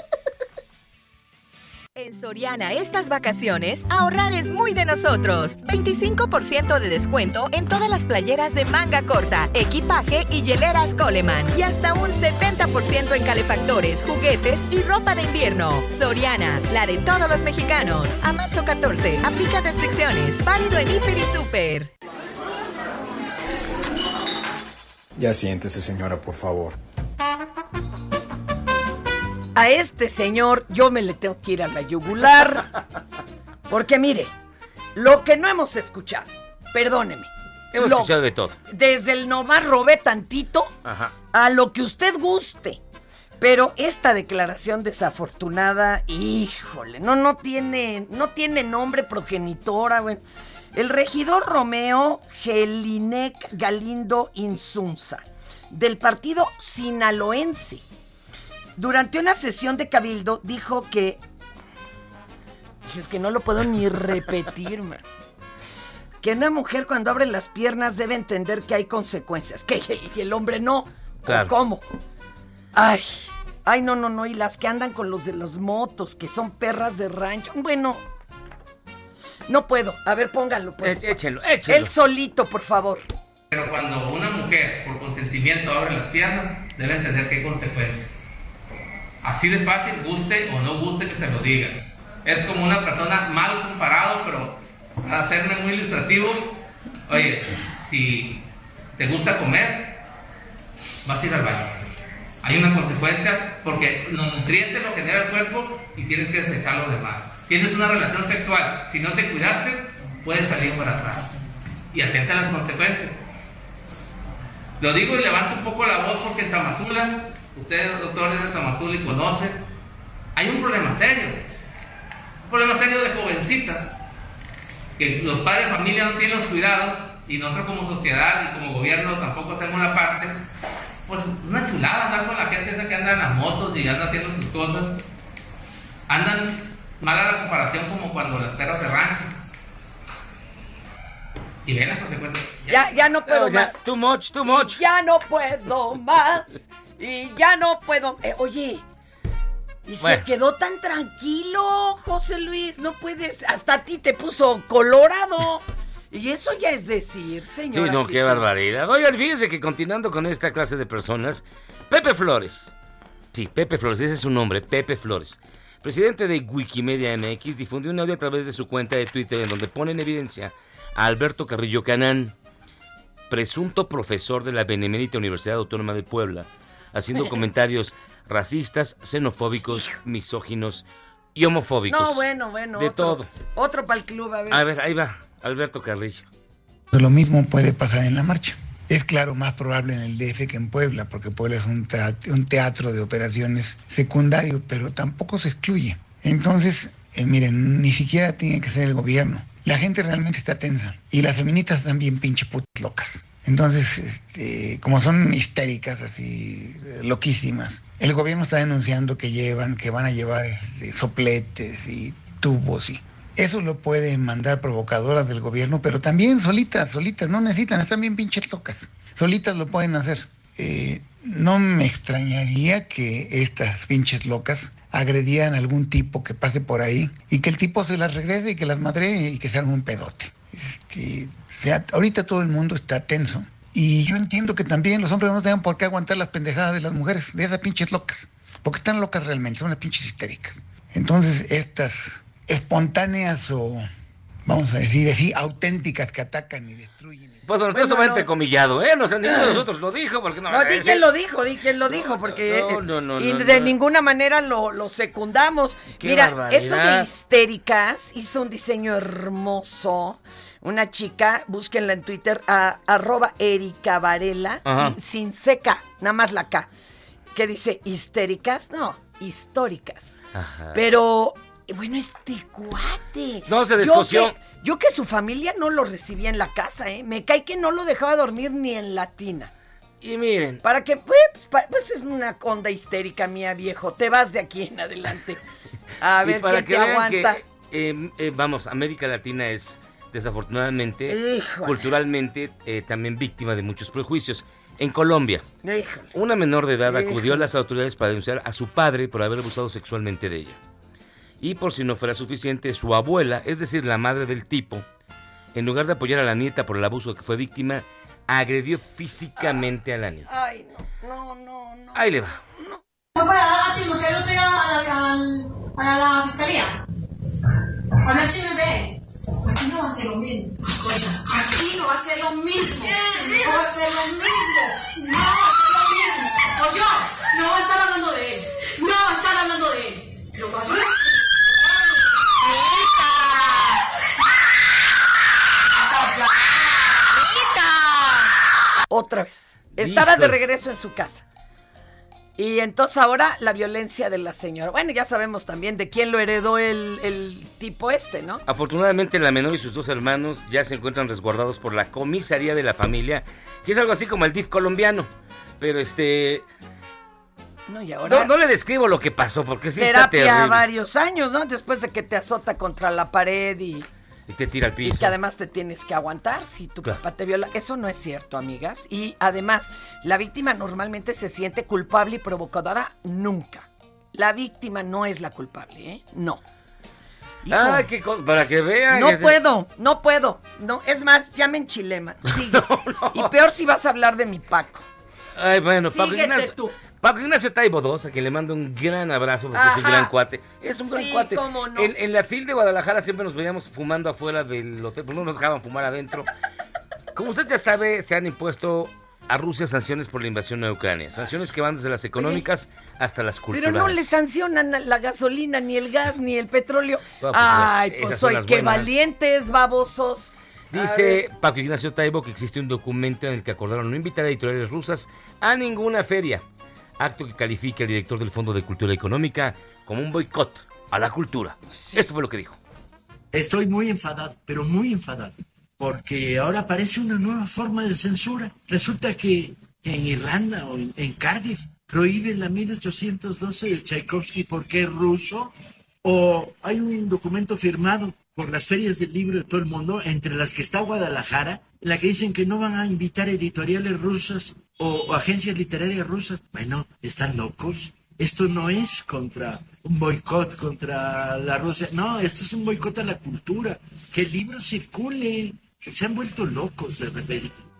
En Soriana estas vacaciones, ahorrar es muy de nosotros. veinticinco por ciento de descuento en todas las playeras de manga corta, equipaje y hieleras Coleman. Y hasta un setenta por ciento en calefactores, juguetes y ropa de invierno. Soriana, la de todos los mexicanos. A marzo catorce, aplica restricciones. Válido en Hiper y Super. Ya siéntese, señora, por favor. A este señor yo me le tengo que ir a la yugular. Porque mire, lo que no hemos escuchado, perdóneme. Hemos lo- escuchado de todo. Desde el nomás robé tantito Ajá. a lo que usted guste. Pero esta declaración desafortunada, híjole, no, no tiene, no tiene nombre progenitora, güey. El regidor Romeo Gelinec Galindo Insunza, del partido sinaloense, durante una sesión de cabildo dijo que... Es que no lo puedo ni repetir, man. Que una mujer cuando abre las piernas debe entender que hay consecuencias. Que el, y el hombre no. Claro. ¿O cómo? Ay, ay, no, no, no. Y las que andan con los de las motos, que son perras de rancho. Bueno, no puedo. A ver, póngalo. Pues. Échenlo, échenlo. Él solito, por favor. Pero cuando una mujer, por consentimiento, abre las piernas, debe entender que hay consecuencias. Así de fácil, guste o no guste que se lo diga. Es como una persona mal comparado, pero para hacerme muy ilustrativo, oye, si te gusta comer, vas a ir al baño. Hay una consecuencia porque los nutrientes lo genera el cuerpo y tienes que desechar lo demás. Tienes una relación sexual, si no te cuidaste, puedes salir embarazada. Y atenta a las consecuencias. Lo digo y levanto un poco la voz porque en Tamazula, ustedes doctores de Tamazula y conocen, hay un problema serio. Un problema serio de jovencitas, que los padres de familia no tienen los cuidados y nosotros como sociedad y como gobierno tampoco hacemos la parte. Pues una chulada hablar con la gente esa que anda en las motos y anda haciendo sus cosas. Andan mal a la comparación como cuando las perras de rancho. Y ven las consecuencias. Ya, ya no puedo No, ya, más. Too much, too much. Ya no puedo más. Y ya no puedo. Eh, oye, y Bueno. se quedó tan tranquilo, José Luis. No puedes. Hasta a ti te puso colorado. Y eso ya es decir, Sí, señora. no, qué barbaridad. Oigan, fíjense que continuando con esta clase de personas, Pepe Flores. Sí, Pepe Flores, ese es su nombre, Pepe Flores. presidente de Wikimedia M X difundió un audio a través de su cuenta de Twitter en donde pone en evidencia a Alberto Carrillo Canán, presunto profesor de la Benemérita Universidad Autónoma de Puebla, haciendo comentarios racistas, xenofóbicos, misóginos y homofóbicos. No, bueno, bueno. De otro, todo. Otro para el club, a ver. A ver, ahí va, Alberto Carrillo. Lo mismo puede pasar en la marcha. Es claro, más probable en el D F que en Puebla, porque Puebla es un teatro, un teatro de operaciones secundario, pero tampoco se excluye. Entonces, eh, miren, ni siquiera tiene que ser el gobierno. La gente realmente está tensa y las feministas están bien pinche putas locas. Entonces, este, como son histéricas, así, loquísimas, el gobierno está denunciando que llevan, que van a llevar este, sopletes y tubos y... Eso lo pueden mandar provocadoras del gobierno, pero también solitas, solitas, no necesitan, están bien pinches locas. Solitas lo pueden hacer. Eh, no me extrañaría que estas pinches locas agredieran a algún tipo que pase por ahí y que el tipo se las regrese y que las madree y que se arme un pedote. Este, o sea, ahorita todo el mundo está tenso. Y yo entiendo que también los hombres no tengan por qué aguantar las pendejadas de las mujeres, de esas pinches locas. Porque están locas realmente, son las pinches histéricas. Entonces, estas... espontáneas o, vamos a decir así, auténticas que atacan y destruyen. Pues bueno, Bueno, esto va no. entrecomillado, ¿eh? No sé, ninguno de nosotros lo dijo, porque no... No, di eh, quién sí. lo dijo, di quién lo dijo, porque no, no, no, y no, de no. ninguna manera lo, lo secundamos. Qué Mira, barbaridad. eso de histéricas hizo un diseño hermoso. Una chica, búsquenla en Twitter, a, arroba Erika Varela, Ajá. sin, sin seca, nada más la K, que dice histéricas, no, históricas. Ajá. Pero... bueno, este cuate. No, se descoció. Yo que, yo que su familia no lo recibía en la casa, ¿eh? Me cae que no lo dejaba dormir ni en la tina. Y miren. Para que, pues, para, pues es una onda histérica mía, viejo. Te vas de aquí en adelante. A ver Y para quién que te vean aguanta. que, eh, eh, vamos, América Latina es, desafortunadamente, Híjole. culturalmente, eh, también víctima de muchos prejuicios. En Colombia, Híjole. una menor de edad acudió Híjole. a las autoridades para denunciar a su padre por haber abusado sexualmente de ella. Y por si no fuera suficiente, su abuela, es decir, la madre del tipo, en lugar de apoyar a la nieta por el abuso de que fue víctima, agredió físicamente a la nieta. Ay, no, no, no, no. Ahí le va. Fue para chismosear el otro día a la, al- para la fiscalía. Hablar chismes de él. Aquí no va a ser lo mismo. Aquí no va a ser lo mismo. No va a ser lo mismo. No va a ser lo mismo. O yo, no va a estar hablando de él. No va a estar hablando de él. Lo va a hacer. Otra vez. Estaba Listo. de regreso en su casa. Y entonces ahora la violencia de la señora. Bueno, ya sabemos también de quién lo heredó el, el tipo este, ¿no? Afortunadamente, la menor y sus dos hermanos ya se encuentran resguardados por la comisaría de la familia, que es algo así como el D I F colombiano. Pero este... No, y ahora... No, no le describo lo que pasó, porque sí está terapia terrible. varios años, ¿no? Después de que te azota contra la pared y, Y te tira al y piso. que además te tienes que aguantar si tu Claro. papá te viola. Eso no es cierto, amigas. Y además, la víctima normalmente se siente culpable y provocadora nunca. La víctima no es la culpable, ¿eh? No. Hijo, Ah, qué cosa, para que vean. no que- puedo, no puedo. No, es más, ya me enchilema. Sigue. Y peor si vas a hablar de mi Paco. Ay, bueno, Paco Síguete Ignacio, tú. Paco Ignacio Taibo dos, a quien le mando un gran abrazo porque es un Ajá. gran cuate. Es un gran Sí, cuate. cómo no. En, en la fil de Guadalajara siempre nos veíamos fumando afuera del hotel, porque no nos dejaban fumar adentro. Como usted ya sabe, se han impuesto a Rusia sanciones por la invasión a Ucrania. Sanciones que van desde las económicas hasta las Pero culturales. no le sancionan a la gasolina, ni el gas, ni el petróleo. No, pues, Ay, esas pues son soy las qué buenas. valientes, babosos. A Dice ver. Paco Ignacio Taibo que existe un documento en el que acordaron no invitar a editoriales rusas a ninguna feria. Acto que califica el director del Fondo de Cultura Económica como un boicot a la cultura. Esto fue lo que dijo. Estoy muy enfadado, pero muy enfadado, porque ahora aparece una nueva forma de censura. Resulta que en Irlanda o en, en Cardiff prohíben la mil ochocientos doce de Tchaikovsky porque es ruso, o hay un documento firmado por las ferias del libro de todo el mundo, entre las que está Guadalajara, en la que dicen que no van a invitar editoriales rusas o, o agencias literarias rusas. Bueno, están locos. Esto no es contra un boicot contra la Rusia. No, esto es un boicot a la cultura. Que el libro circule. Que se han vuelto locos de repente.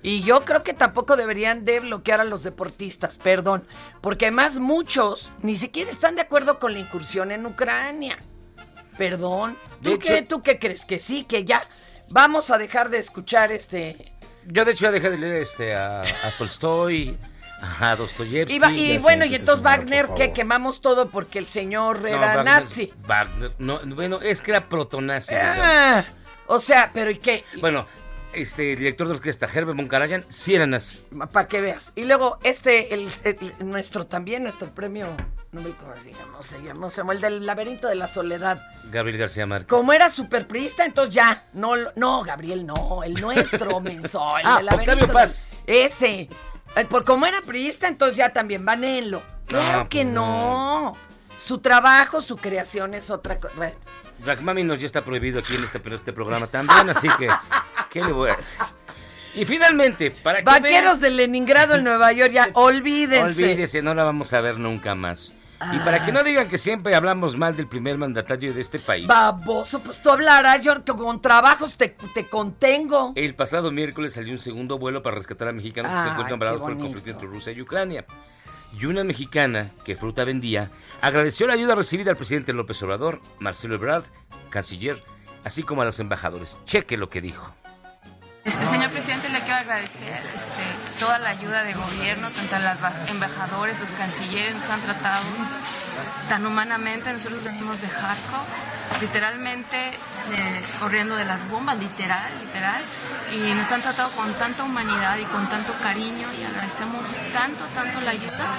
Y yo creo que tampoco deberían de bloquear a los deportistas, perdón, porque además muchos ni siquiera están de acuerdo con la incursión en Ucrania. Perdón. ¿Tú, De qué, hecho- ¿Tú qué crees? Que sí, que ya vamos a dejar de escuchar este... Yo de hecho ya dejé de leer este a, a Tolstoy, a Dostoyevsky. Y, va- y Ya bueno, y siéntese, entonces señora, Wagner, por que favor. quemamos todo porque el señor No, era Wagner- nazi. Wagner, no, bueno, es que era protonazi. Ah, o sea, pero ¿y qué? Bueno, este director de orquesta, Herbert von Karajan, sí era nazi. Para que veas. Y luego este, el, el- nuestro también, nuestro premio Nobel, ¿cómo se llama? Se llama, se llama el del laberinto de la soledad. Gabriel García Márquez. Como era superpriista, entonces ya, no, no, Gabriel, no, el nuestro, menso, el Ah, del laberinto Octavio del- Paz. ese. Eh, Por como era priista, entonces ya también banéenlo. Claro No, que pues no. Su trabajo, su creación es otra cosa. Bueno, Rachmaninoff ya está prohibido aquí en este, en este programa también, así que, ¿qué le voy a decir? Y finalmente, para que Vaqueros vean- de Leningrado en Nueva York, ya, olvídense. Olvídese, no la vamos a ver nunca más. Y para que no digan que siempre hablamos mal del primer mandatario de este país, Baboso, pues tú hablarás, yo que con trabajos te, te contengo. el pasado miércoles salió un segundo vuelo para rescatar a mexicanos que Ay, se encuentran varados qué por el bonito. conflicto entre Rusia y Ucrania. Y una mexicana que fruta vendía agradeció la ayuda recibida al presidente López Obrador, Marcelo Ebrard, canciller, así como a los embajadores. Cheque lo que dijo. Este señor presidente, le quiero agradecer este, toda la ayuda de gobierno, tanto a los embajadores, los cancilleres nos han tratado tan humanamente. Nosotros venimos de Kharkov, literalmente eh, corriendo de las bombas, literal, literal, y nos han tratado con tanta humanidad y con tanto cariño y agradecemos tanto, tanto la ayuda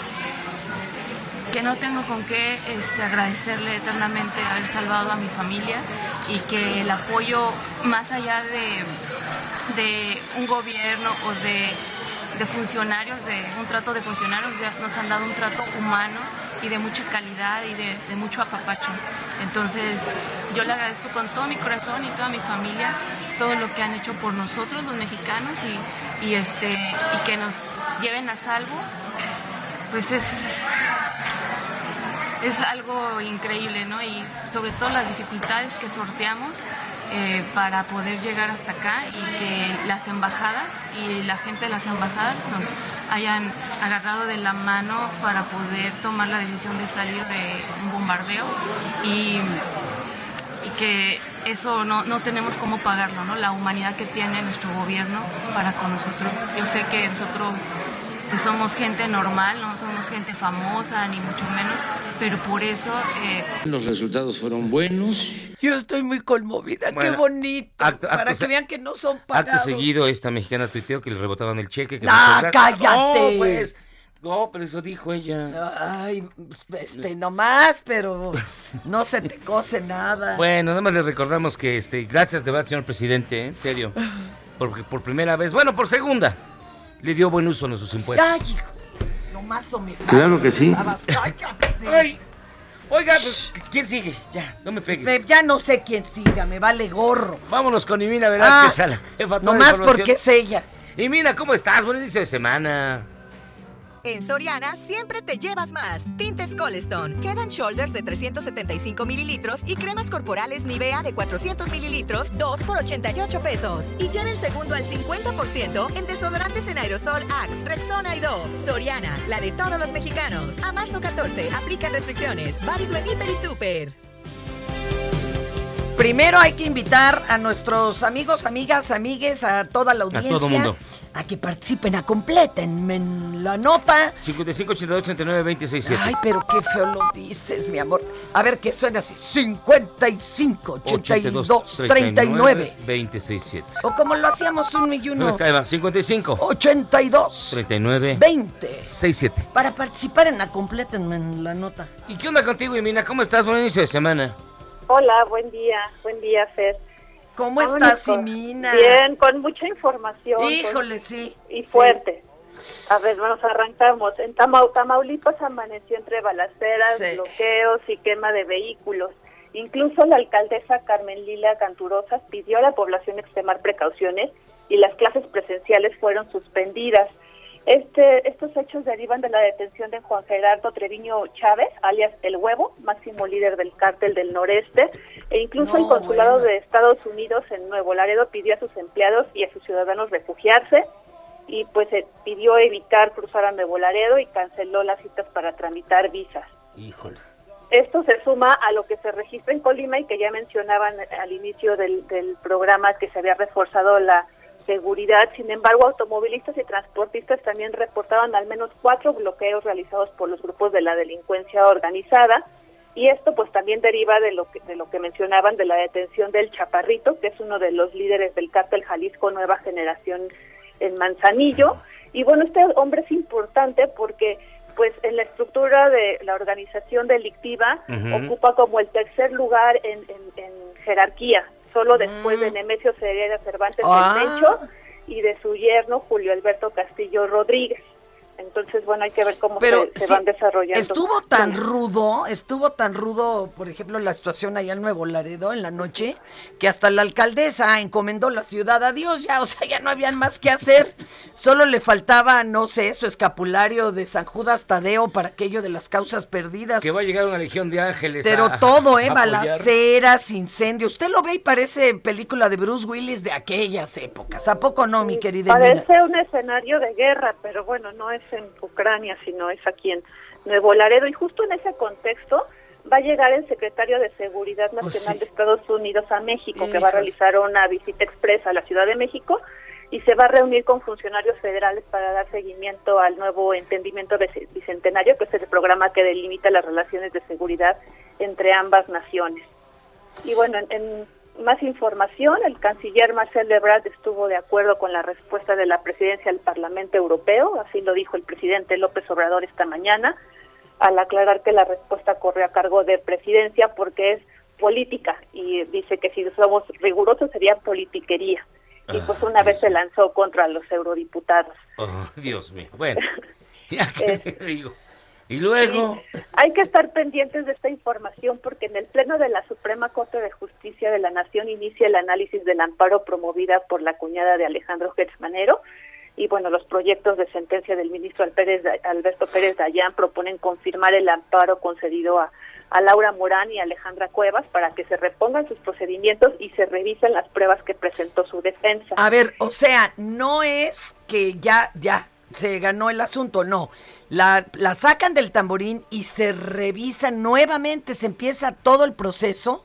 que no tengo con qué este, agradecerle eternamente haber salvado a mi familia y que el apoyo más allá de, de un gobierno o de, de funcionarios, de un trato de funcionarios, ya nos han dado un trato humano y de mucha calidad y de, de mucho apapacho. Entonces yo le agradezco con todo mi corazón y toda mi familia todo lo que han hecho por nosotros los mexicanos y, y, este, y que nos lleven a salvo, pues es... Es algo increíble, ¿no? Y sobre todo las dificultades que sorteamos eh, para poder llegar hasta acá y que las embajadas y la gente de las embajadas nos hayan agarrado de la mano para poder tomar la decisión de salir de un bombardeo y, y que eso no, no tenemos cómo pagarlo, ¿no? La humanidad que tiene nuestro gobierno para con nosotros. Yo sé que nosotros... pues somos gente normal, no somos gente famosa, ni mucho menos, pero por eso... Eh... Los resultados fueron buenos. Yo estoy muy conmovida, Bueno, qué bonito, acto- para acto que se- vean que no son pagados. Acto seguido, esta mexicana tuiteó que le rebotaban el cheque. Que ¡No, muchas gracias. cállate! No, pues, no, pero eso dijo ella. Ay, este, nomás, pero no se te cose nada. Bueno, nada más le recordamos que, este, gracias de verdad, señor presidente, ¿eh? En serio, porque por primera vez, bueno, por segunda, le dio buen uso a nuestros impuestos. Ay, hijo, nomás o me... Claro que sí. Cállate. Ay, oiga, pues, ¿quién sigue? Ya, no me pegues. Me- ya no sé quién siga, me vale gorro. Vámonos con Ymina Velázquez Ah, a la jefa. toda la nomás información. porque es ella. Ymina, ¿cómo estás? Buen inicio de semana. En Soriana siempre te llevas más. Tintes Colestone, Head and Shoulders de trescientos setenta y cinco mililitros y cremas corporales Nivea de cuatrocientos mililitros, dos por ochenta y ocho pesos. Y lleva el segundo al cincuenta por ciento en desodorantes en aerosol Axe, Rexona y Dove. Soriana, la de todos los mexicanos. A marzo catorce, aplican restricciones. Válido en Hiper y Super. Primero hay que invitar a nuestros amigos, amigas, amigues, a toda la audiencia. todo mundo. A que participen, a completen en la nota. cincuenta y cinco, ochenta y dos, treinta y nueve, veintiséis, siete. Ay, pero qué feo lo dices, mi amor. A ver, que suena así. cincuenta y cinco, ochenta y dos, treinta y nueve. veintiséis, siete. O como lo hacíamos un y uno. Ahí va, cincuenta y cinco, ochenta y dos, treinta y nueve, veinte. sesenta y siete. Para participar en la completen en la nota. ¿Y qué onda contigo, Ymina? ¿Cómo estás? Buen inicio de semana. Hola, buen día, buen día, Fer. ¿Cómo Vámonos estás, con- Ymina? Bien, con mucha información. Híjole, con- sí. Y sí. fuerte. A ver, nos arrancamos. En Tamau- Tamaulipas amaneció entre balaceras, Sí. bloqueos y quema de vehículos. Incluso la alcaldesa Carmen Lila Canturosas pidió a la población extremar precauciones y las clases presenciales fueron suspendidas. Este, estos hechos derivan de la detención de Juan Gerardo Treviño Chávez, alias El Huevo, máximo líder del cártel del noreste, e incluso No, el consulado bueno. de Estados Unidos en Nuevo Laredo pidió a sus empleados y a sus ciudadanos refugiarse. y pues se pidió evitar cruzar a Nuevo Laredo y canceló las citas para tramitar visas. Híjole. Esto se suma a lo que se registra en Colima y que ya mencionaban al inicio del, del programa, que se había reforzado la seguridad. Sin embargo, automovilistas y transportistas también reportaban al menos cuatro bloqueos realizados por los grupos de la delincuencia organizada, y esto pues también deriva de lo que de lo que mencionaban de la detención del Chaparrito, que es uno de los líderes del cártel Jalisco Nueva Generación en Manzanillo. Y bueno, este hombre es importante porque pues en la estructura de la organización delictiva uh-huh. ocupa como el tercer lugar en, en, en jerarquía, solo después uh-huh. de Nemesio Ceguera Cervantes ah. del Mencho y de su yerno Julio Alberto Castillo Rodríguez. Entonces, bueno, hay que ver cómo Pero se, se sí, van desarrollando. Estuvo tan rudo, estuvo tan rudo, por ejemplo, la situación allá en Nuevo Laredo en la noche, que hasta la alcaldesa encomendó la ciudad a Dios, ya, o sea, ya no habían más que hacer. Solo le faltaba, no sé, su escapulario de San Judas Tadeo para aquello de las causas perdidas. Que va a llegar una legión de ángeles. Pero a, todo, ¿eh? a Balaceras, incendios. Usted lo ve y parece película de Bruce Willis de aquellas épocas. ¿A poco no, mi querida Emina? Parece un escenario de guerra, pero bueno, no es en Ucrania, sino es aquí en Nuevo Laredo, y justo en ese contexto va a llegar el secretario de Seguridad Nacional oh, sí. de Estados Unidos a México, Hijo. que va a realizar una visita expresa a la Ciudad de México y se va a reunir con funcionarios federales para dar seguimiento al nuevo entendimiento bicentenario, que es el programa que delimita las relaciones de seguridad entre ambas naciones. Y bueno, en, en más información, el canciller Marcel Ebrard estuvo de acuerdo con la respuesta de la presidencia del Parlamento Europeo, así lo dijo el presidente López Obrador esta mañana, al aclarar que la respuesta corre a cargo de presidencia porque es política, y dice que si somos rigurosos sería politiquería, y pues una oh, vez se lanzó contra los eurodiputados. Oh, Dios mío, bueno, ya que le digo. Y luego... Sí, hay que estar pendientes de esta información porque en el Pleno de la Suprema Corte de Justicia de la Nación inicia el análisis del amparo promovida por la cuñada de Alejandro Gertz Manero, y bueno, los proyectos de sentencia del ministro Alberto Pérez Dayán proponen confirmar el amparo concedido a, a Laura Morán y Alejandra Cuevas para que se repongan sus procedimientos y se revisen las pruebas que presentó su defensa. A ver, o sea, no es que ya, ya se ganó el asunto, no. La, la sacan del tamborín y se revisa nuevamente, se empieza todo el proceso.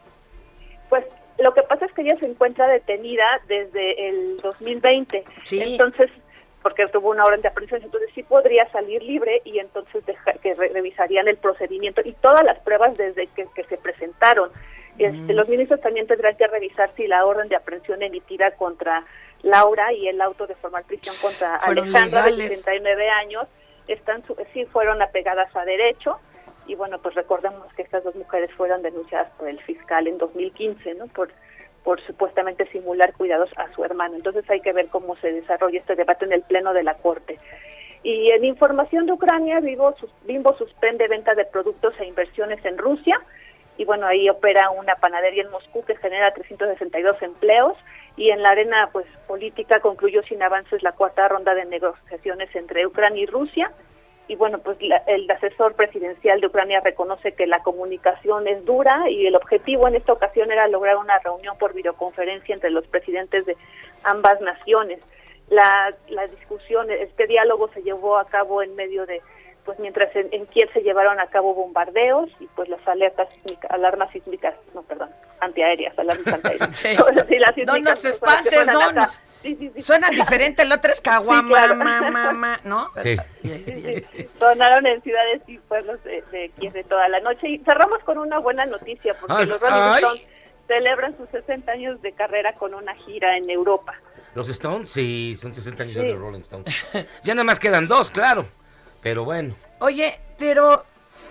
Pues lo que pasa es que ella se encuentra detenida desde el dos mil veinte, sí. entonces, porque tuvo una orden de aprehensión, entonces sí podría salir libre y entonces dejar que re- revisarían el procedimiento y todas las pruebas desde que, que se presentaron. Este, mm. Los ministros también tendrán que revisar si la orden de aprehensión emitida contra Laura y el auto de formal prisión contra Alejandra, legales. de sesenta y nueve años, están sí fueron apegadas a derecho, y bueno, pues recordemos que estas dos mujeres fueron denunciadas por el fiscal en dos mil quince, ¿no? Por por supuestamente simular cuidados a su hermano. Entonces hay que ver cómo se desarrolla este debate en el Pleno de la Corte. Y en información de Ucrania, Bimbo, Bimbo suspende venta de productos e inversiones en Rusia, y bueno, ahí opera una panadería en Moscú que genera trescientos sesenta y dos empleos, y en la arena pues política concluyó sin avances la cuarta ronda de negociaciones entre Ucrania y Rusia, y bueno, pues la, el asesor presidencial de Ucrania reconoce que la comunicación es dura y el objetivo en esta ocasión era lograr una reunión por videoconferencia entre los presidentes de ambas naciones. La, la discusión, este diálogo se llevó a cabo en medio de, pues mientras en, en Kiev se llevaron a cabo bombardeos y pues las alertas, alarmas sísmicas, no, perdón, antiaéreas, alarmas antiaéreas. Sí. Sí, las no nos espantes, no, no. Sí, sí, sí. Suena diferente, el otro es caguama, sí, claro. mamá, mamá, ¿no? Sí. Sí, sí. Sonaron en ciudades y pueblos de, de Kiev de toda la noche. Y cerramos con una buena noticia, porque ay, los Rolling Stones celebran sus sesenta años de carrera con una gira en Europa. ¿Los Stones? Sí, son sesenta años sí. de los Rolling Stones. Ya nada más quedan dos, claro, pero bueno. Oye, pero,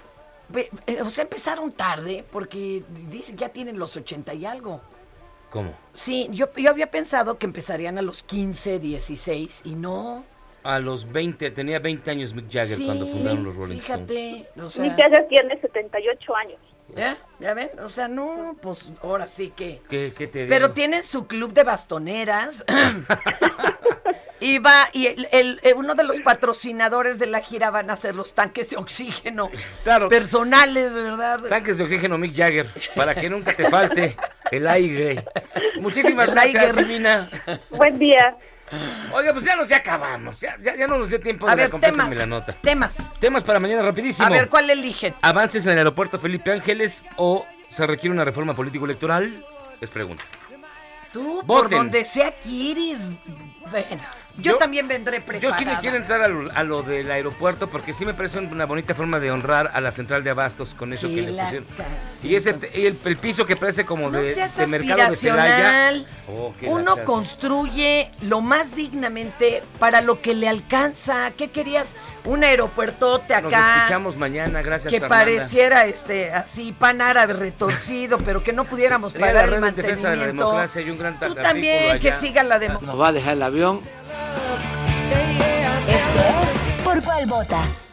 o sea, empezaron tarde, porque dicen que ya tienen los ochenta y algo. ¿Cómo? Sí, yo, yo había pensado que empezarían a los quince, dieciséis y no. A los veinte, tenía veinte años Mick Jagger sí, cuando fundaron los Rolling fíjate, Stones. O sea, Mick Jagger tiene setenta y ocho años. ¿Ya? ¿Ya ven? O sea, no, pues ahora sí que... ¿Qué, qué te digo? Pero tienen su club de bastoneras. Y va, y el, el, el, uno de los patrocinadores de la gira van a ser los tanques de oxígeno claro. personales, ¿verdad? Tanques de oxígeno Mick Jagger, para que nunca te falte el aire. Muchísimas el gracias, Mina. Buen día. Oiga, pues ya nos ya acabamos. Ya, ya, ya no nos dio tiempo A de ver, complétenme temas. la nota. Temas. Temas para mañana rapidísimo. A ver, ¿cuál eligen? ¿Avances en el aeropuerto Felipe Ángeles o se requiere una reforma político-electoral? Les pregunto. Tú, Voten. por donde sea quieres. Bueno, yo, yo también vendré preparada. Yo sí me quiero entrar a lo, a lo del aeropuerto porque sí me parece una bonita forma de honrar a la central de abastos con eso que, que le pusieron. Y ese y el, el piso que parece como no de, seas de mercado de Celaya. Oh, Uno lacra. construye lo más dignamente para lo que le alcanza. ¿Qué querías? Un aeropuertote acá. Nos escuchamos mañana, gracias. Que Fernanda. Pareciera este así pan árabe retorcido, pero que no pudiéramos Sería pagar la el red de defensa de la mantenimiento. democracia y un gran Tú también, allá. que siga la democracia. Nos va a dejar el avión. Esto es Por Cuál Vota.